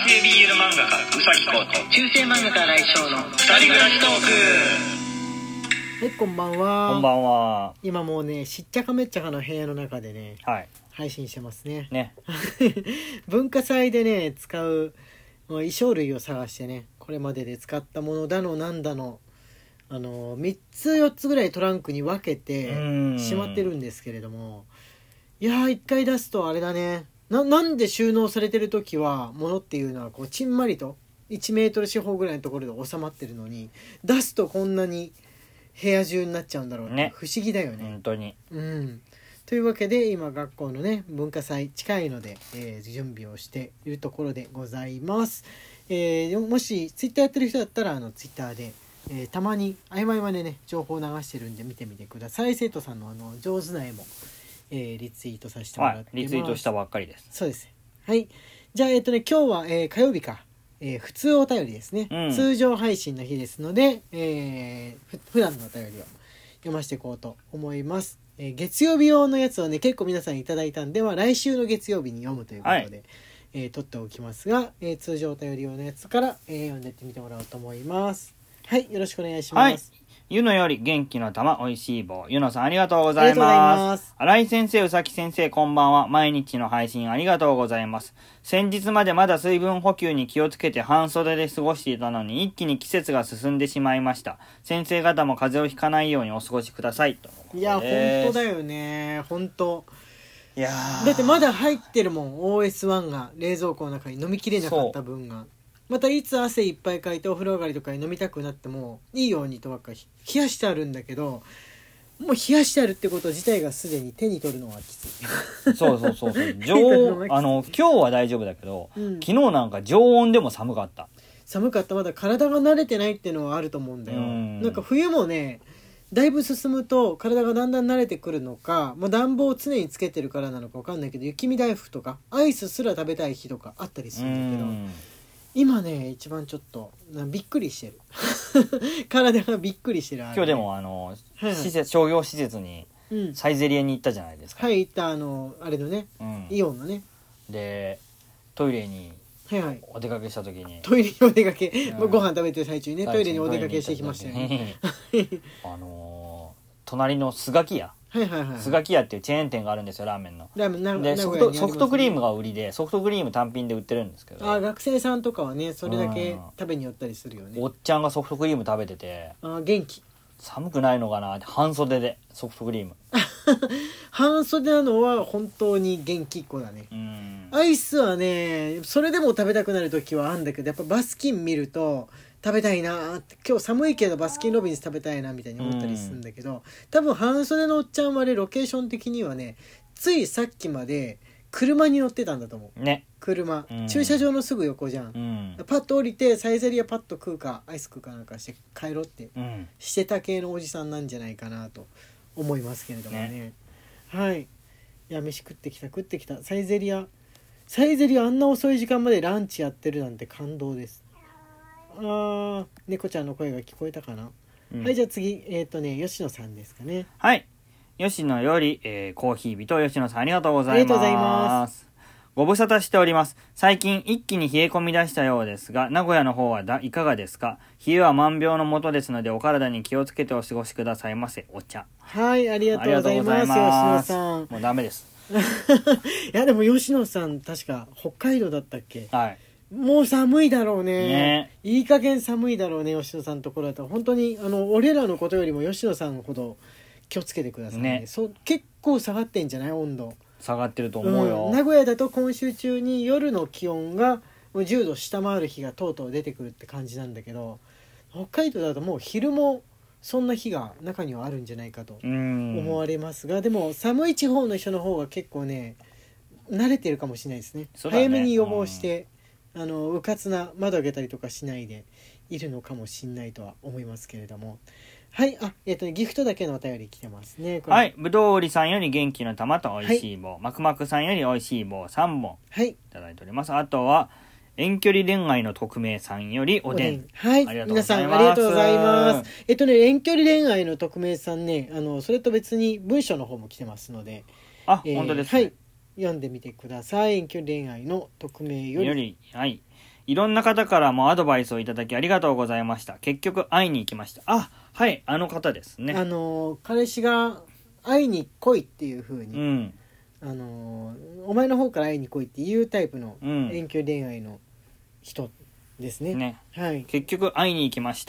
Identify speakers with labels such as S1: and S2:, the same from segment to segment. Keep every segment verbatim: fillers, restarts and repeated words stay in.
S1: 系 ビーエル 漫画家うさぎこと中世漫画家来翔のふたり暮らしトーク。
S2: はい、こんばんは。
S3: こんばんは。
S2: 今もうね、しっちゃかめっちゃかの部屋の中でね、
S3: はい。
S2: 配信してますね。
S3: ね。
S2: 文化祭でね、使う衣装類を探してね、これまでで使ったものだのなんだの、あのみっつよっつぐらいトランクに分けてしまってるんですけれども、いやー一回出すとあれだね。な, なんで収納されてる時は物っていうのはこうちんまりといちメートル四方ぐらいのところで収まってるのに、出すとこんなに部屋中になっちゃうんだろうって、ね、不思議だよね。
S3: 本当に。
S2: うん。というわけで今学校のね文化祭近いので、えー、準備をしているところでございます。えー、もしツイッターやってる人だったらあのツイッターで、えー、たまに曖昧までね情報を流してるんで見てみてください。生徒さんのあの上手な絵も、えー、リツイートさせてもらってます。
S3: はい、リツイートしたばっかりです。
S2: そうです。はい。じゃあえっ、ー、とね今日は、えー、火曜日か。えー、普通お便りですね、うん、通常配信の日ですので、えー、普段のお便りを読ませていこうと思います。えー、月曜日用のやつをね結構皆さんいただいたんでは来週の月曜日に読むということで、はい、えー、取っておきますが、えー、通常お便り用のやつから、えー、読んでってみてもらおうと思います。はい、よろしくお願いします。
S3: はい、ゆのより元気の玉おいしい棒。ゆのさんありがとうございます。新井先生、うさき先生こんばんは。毎日の配信ありがとうございます。先日までまだ水分補給に気をつけて半袖で過ごしていたのに一気に季節が進んでしまいました。先生方も風邪をひかないようにお過ごしくださいと。
S2: いや本当だよね。本当
S3: いや
S2: だってまだ入ってるもん オーエスワン が冷蔵庫の中に飲みきれなかった分が。またいつ汗いっぱいかいてお風呂上がりとかに飲みたくなってもいいようにとばっかり冷やしてあるんだけど、もう冷やしてあるってこと自体がすでに手に取るのはきつい。
S3: そうそうそうそう常あの今日は大丈夫だけど、うん、昨日なんか常温でも寒かった。
S2: 寒かった。まだ体が慣れてないっていうのはあると思うんだよ。んなんか冬もねだいぶ進むと体がだんだん慣れてくるのか、もう暖房を常につけてるからなのか分かんないけど、雪見大福とかアイスすら食べたい日とかあったりするんだけど、今ね一番ちょっとびっくりしてる体がびっくりしてる。
S3: 今日でもあの、はいはい、施設商業施設にサイゼリヤに行ったじゃないですか。
S2: はい行った。あのあれのね、うん、イオンのね
S3: でトイレに
S2: はいはい、
S3: お出かけした時に
S2: トイレにお出かけ、うん、ご飯食べてる最中にねトイレにお出かけしてきましたよね。
S3: あのー、隣のスガキ屋、はいはいはい、スガキ屋っていうチェーン店があるんですよ、ラーメンの。ラーメンなでソフト、ソフトクリームが売りでソフトクリーム単品で売ってるんですけど、
S2: あ学生さんとかはねそれだけ食べに寄ったりするよね。
S3: おっちゃんがソフトクリーム食べてて、
S2: あ元気。
S3: 寒くないのかなって半袖でソフトクリーム
S2: 半袖なのは本当に元気っ子だね。うんアイスはねそれでも食べたくなる時はあるんだけど、やっぱバスキン見ると食べたいなって、今日寒いけどバスキンロビンス食べたいなみたいに思ったりするんだけど、多分半袖のおっちゃんはねロケーション的にはねついさっきまで車に乗ってたんだと思うね。車、うん、駐車場のすぐ横じゃん、うん、パッと降りてサイゼリヤパッと食うかアイス食うかなんかして帰ろうってしてた系のおじさんなんじゃないかなと思いますけれどもね。ねはい。いや飯食ってきた食ってきた。サイゼリヤサイゼリヤあんな遅い時間までランチやってるなんて感動です。あー猫ちゃんの声が聞こえたかな、うん、はい。じゃあ次えっ、ー、とね吉野さんですかね。
S3: はい、吉野より、えー、コーヒー人吉野さんありがとうございます。ありがとうございます。ご無沙汰しております。最近一気に冷え込み出したようですが、名古屋の方はだいかがですか？冷えは万病のもとですのでお体に気をつけてお過ごしくださいませ。お茶。
S2: はい、ありがとうございます。吉野さん。
S3: もうダメです。
S2: いやでも吉野さん確か北海道だったっけ？
S3: はい。
S2: もう寒いだろうね。
S3: ね。
S2: いい加減寒いだろうね吉野さんのところだと。本当にあの俺らのことよりも吉野さんほど気をつけてくださいね。ねそ結構下がってんじゃない温度。
S3: 下がってると思うよ、
S2: うん、名古屋だと今週中に夜の気温がじゅうど下回る日がとうとう出てくるって感じなんだけど、北海道だともう昼もそんな日が中にはあるんじゃないかと思われますが、でも寒い地方の人の方が結構ね慣れてるかもしれないですね。そうだね、早めに予防して、うん、あのうかつな窓開けたりとかしないでいるのかもしれないとは思いますけれども。はい、あ、えっとね、ギフトだけのお便り来てますね。
S3: はい、ぶどう売りさんより元気の玉とおいしい棒、はい、マクマクさんよりおいしい棒さんぼん、はい、いただいております。あとは遠距離恋愛の匿名さんよりおでん、おでん、
S2: はい、皆さんありがとうございます。えっとね遠距離恋愛の匿名さんね、あのそれと別に文章の方も来てますので、
S3: あ、えー、本当ですね。
S2: はい、読んでみてください。遠距離恋愛の匿名より、
S3: より、はい、 いろんな方からもアドバイスをいただきありがとうございました。結局会いに行きました。あ、はい、あの方ですね。
S2: あの彼氏が会いに来いっていう風に、
S3: うん、
S2: あのお前の方から会いに来いっていうタイプの
S3: うん
S2: 遠距離恋愛の人ですね。
S3: ね、
S2: はい。
S3: 結局会いに行きました。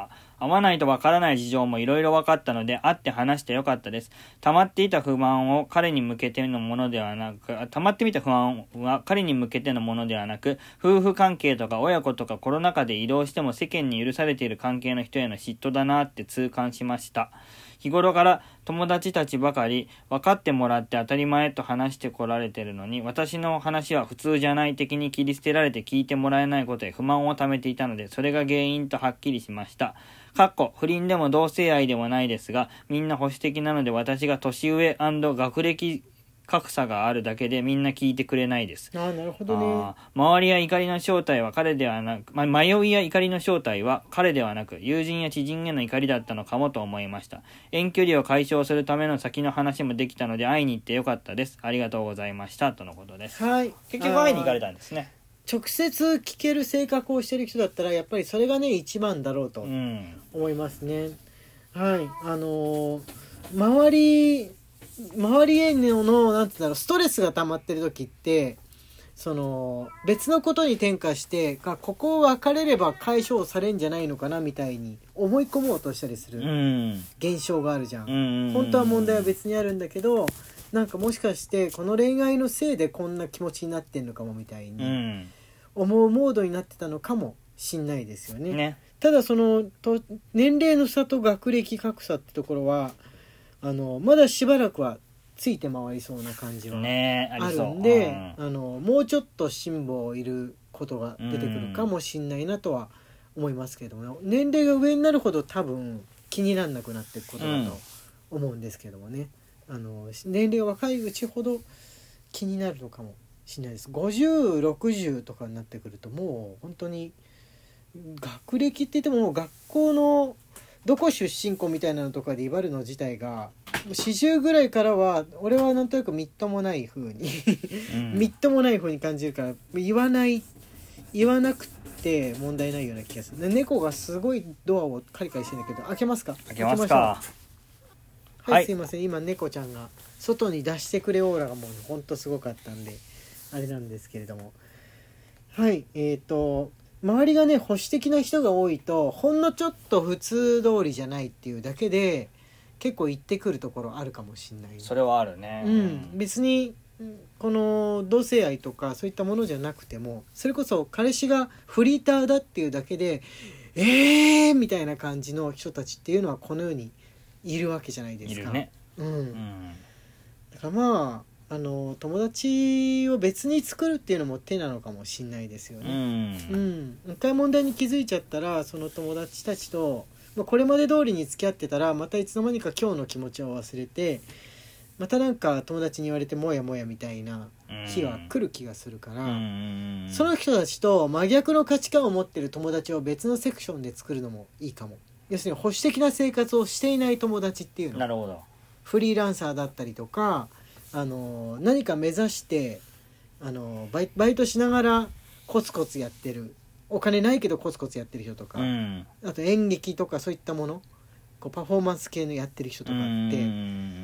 S3: 会わないとわからない事情もいろいろ分かったので、会って話してよかったです。溜まっていた不満を彼に向けてのものではなく、溜まってみた不安は彼に向けてのものではなく、夫婦関係とか親子とかコロナ禍で移動しても世間に許されている関係の人への嫉妬だなって痛感しました。日頃から友達たちばかり分かってもらって当たり前と話してこられているのに、私の話は普通じゃない的に切り捨てられて聞いてもらえないことへ不満を溜めていたので、それが原因とはっきりしました。かっこ不倫でも同性愛でもないですが、みんな保守的なので私が年上&学歴格差があるだけでみんな聞いてくれないです。
S2: ああ、なるほどね。
S3: あ周りや怒りの正体は彼ではなく、ま、迷いや怒りの正体は彼ではなく友人や知人への怒りだったのかもと思いました。遠距離を解消するための先の話もできたので会いに行ってよかったです。ありがとうございましたとのことです。
S2: はい。
S3: 結局会いに行かれたんですね。
S2: 直接聞ける性格をしてる人だったらやっぱりそれがね一番だろうと思いますね。うん、はい。あのー、周り周りへのなんて言うんだろう、ストレスが溜まってる時ってその別のことに転化してここを別れれば解消されんじゃないのかなみたいに思い込もうとしたりする現象があるじゃん。うん、本当は問題は別にあるんだけど、なんかもしかしてこの恋愛のせいでこんな気持ちになってんのかもみたいに思うモードになってたのかもしんないですよね。ね、ただそのと年齢の差と学歴格差ってところはあのまだしばらくはついて回りそうな感じはあるんで、ね、あ, うん、あのもうちょっと辛抱いることが出てくるかもしんないなとは思いますけども、年齢が上になるほど多分気にならなくなっていくことだと思うんですけどもね、うん、あの年齢が若いうちほど気になるのかもしれないです。ごじゅう、ろくじゅうとかになってくるともう本当に学歴って言ってももう学校のどこ出身校みたいなのとかで威張るの自体がよんじゅうぐらいからは俺はなんとなくみっともない風にみっともない風に感じるから言わない言わなくて問題ないような気がする。猫がすごいドアをカリカリしてるんだけど開けますか？
S3: 開けますか。
S2: はい、はい、すいません。今猫ちゃんが外に出してくれオーラがもうほんとすごかったんであれなんですけれども、はいえーと周りがね保守的な人が多いとほんのちょっと普通通りじゃないっていうだけで結構言ってくるところあるかもしれない。
S3: それはあるね、
S2: うん、別にこの同性愛とかそういったものじゃなくてもそれこそ彼氏がフリーターだっていうだけでえーみたいな感じの人たちっていうのはこの世にいるわけじゃないですか。いるね、うんうん、だからまああの友達を別に作るっていうのも手なのかもしれないですよね。うん、うん、一回問題に気づいちゃったらその友達たちと、まあ、これまで通りに付き合ってたらまたいつの間にか今日の気持ちを忘れてまたなんか友達に言われてもやもやみたいな日が来る気がするから、うんその人たちと真逆の価値観を持ってる友達を別のセクションで作るのもいいかも。要するに保守的な生活をしていない友達っていうの。
S3: なるほど。
S2: フリーランサーだったりとかあの何か目指してあのバイ、バイトしながらコツコツやってるお金ないけどコツコツやってる人とか、うん、あと演劇とかそういったものこうパフォーマンス系のやってる人とかって、うん、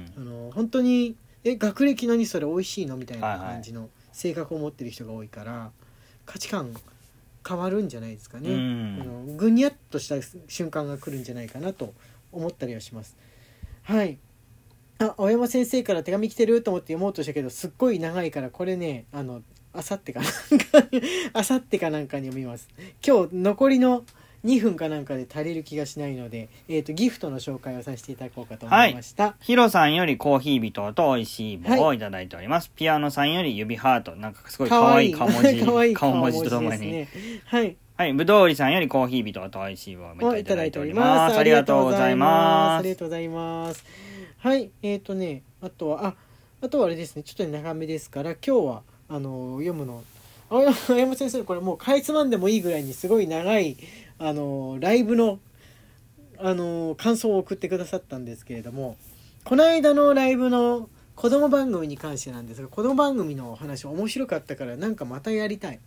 S2: あの本当にえ学歴何それ美味しいのみたいな感じの性格を持ってる人が多いから、はいはい、価値観変わるんじゃないですかね。うん、あのぐにゃっとした瞬間が来るんじゃないかなと思ったりはします。はい。あ、青山先生から手紙来てると思って読もうとしたけどすっごい長いからこれねあのあさってかなんかあさってかなんかに読みます。今日残りのにふんかなんかで足りる気がしないので、えーと、ギフトの紹介をさせていただこうかと思いました。
S3: はい、ヒロさんよりコーヒー人と美味しい棒をいただいております、はい、ピアノさんより指ハートなんかすごいかわいい顔文字かわいい顔文字とともに、はいはい、ぶどう売りさんよりコーヒー人と美味しい棒をいただいております。ありがとうございます。
S2: ありがとうございます。はい、えーとね、あとは、あ、あとはあれですね、ちょっと長めですから、今日は、あの、読むの、青山先生、これもうかいつまんでもいいぐらいにすごい長い、あの、ライブの、あの、感想を送ってくださったんですけれども、この間のライブの子供番組に関してなんですが、子供番組のお話面白かったから、なんかまたやりたい。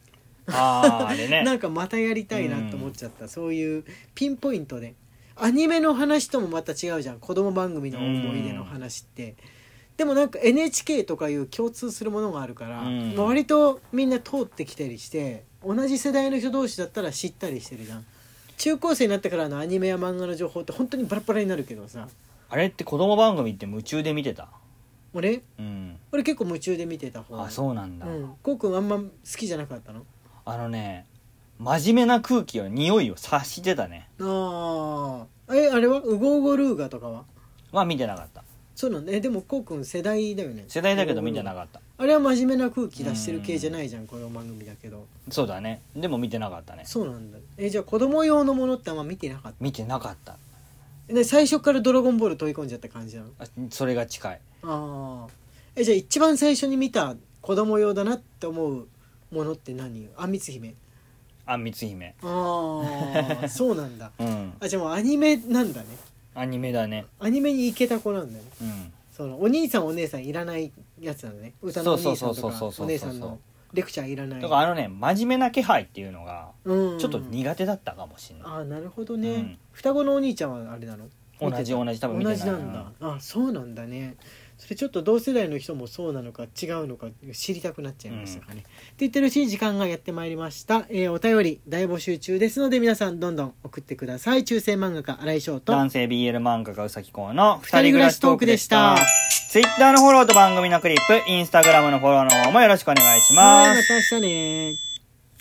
S3: あーあれね
S2: なんかまたやりたいなと思っちゃった、うん、そういうピンポイントでアニメの話ともまた違うじゃん、子供番組の思い出の話って、うん、でもなんか エヌエイチケー とかいう共通するものがあるから、うん、割とみんな通ってきたりして同じ世代の人同士だったら知ったりしてるじゃん。中高生になってからのアニメや漫画の情報って本当にバラバラになるけどさ。
S3: あれって子供番組って夢中で見てた？
S2: 俺、
S3: うん、
S2: 俺結構夢中で見てた方。
S3: あ、そうなんだ。
S2: こうくんあんま好きじゃなかったの？
S3: あのね、真面目な空気を匂いを察してたね。
S2: ああ、え、あれはウゴウゴルーガとかは？
S3: は見てなかった。
S2: そうなんだ。え、でもこうくん世代だよね。
S3: 世代だけど見てなかった。
S2: あれは真面目な空気出してる系じゃないじゃん、この番組だけど。
S3: そうだね。でも見てなかったね。
S2: そうなんだ。え、じゃあ子供用のものってあんま見てなかった？
S3: 見てなかった。
S2: で最初からドラゴンボール問い込んじゃった感じなの？
S3: あ、それが近い。
S2: ああ。え、じゃあ一番最初に見た子供用だなって思うものって何？あみつ姫。
S3: あみつ姫。
S2: ああ、そうなんだ。
S3: うん。
S2: あ、じゃあもうアニメなんだね。
S3: アニメだね。
S2: アニメに行けた子なんだね。
S3: うん。
S2: そのお兄さんお姉さんいらないやつなのね。歌のお兄さんとかお姉さんのレクチャーいらない。
S3: だからあのね、真面目な気配っていうのがちょっと苦手だったかもしれない。
S2: ああ、なるほどね、うん。双子のお兄ちゃんはあれなの？
S3: 同じ同じ多分見てない。
S2: 同じなんだ。あ、そうなんだね。それちょっと同世代の人もそうなのか違うのか知りたくなっちゃいましたかね、うん、って言ってるうちに時間がやってまいりました、えー、お便り大募集中ですので皆さんどんどん送ってください。中世漫画家新井翔と
S3: 男性 ビーエル 漫画家うさきこうのふたり暮らしトークでした。ツイッターのフォローと番組のクリップ、インスタグラムのフォローの方もよろしくお願いします。
S2: はい、また明日ね。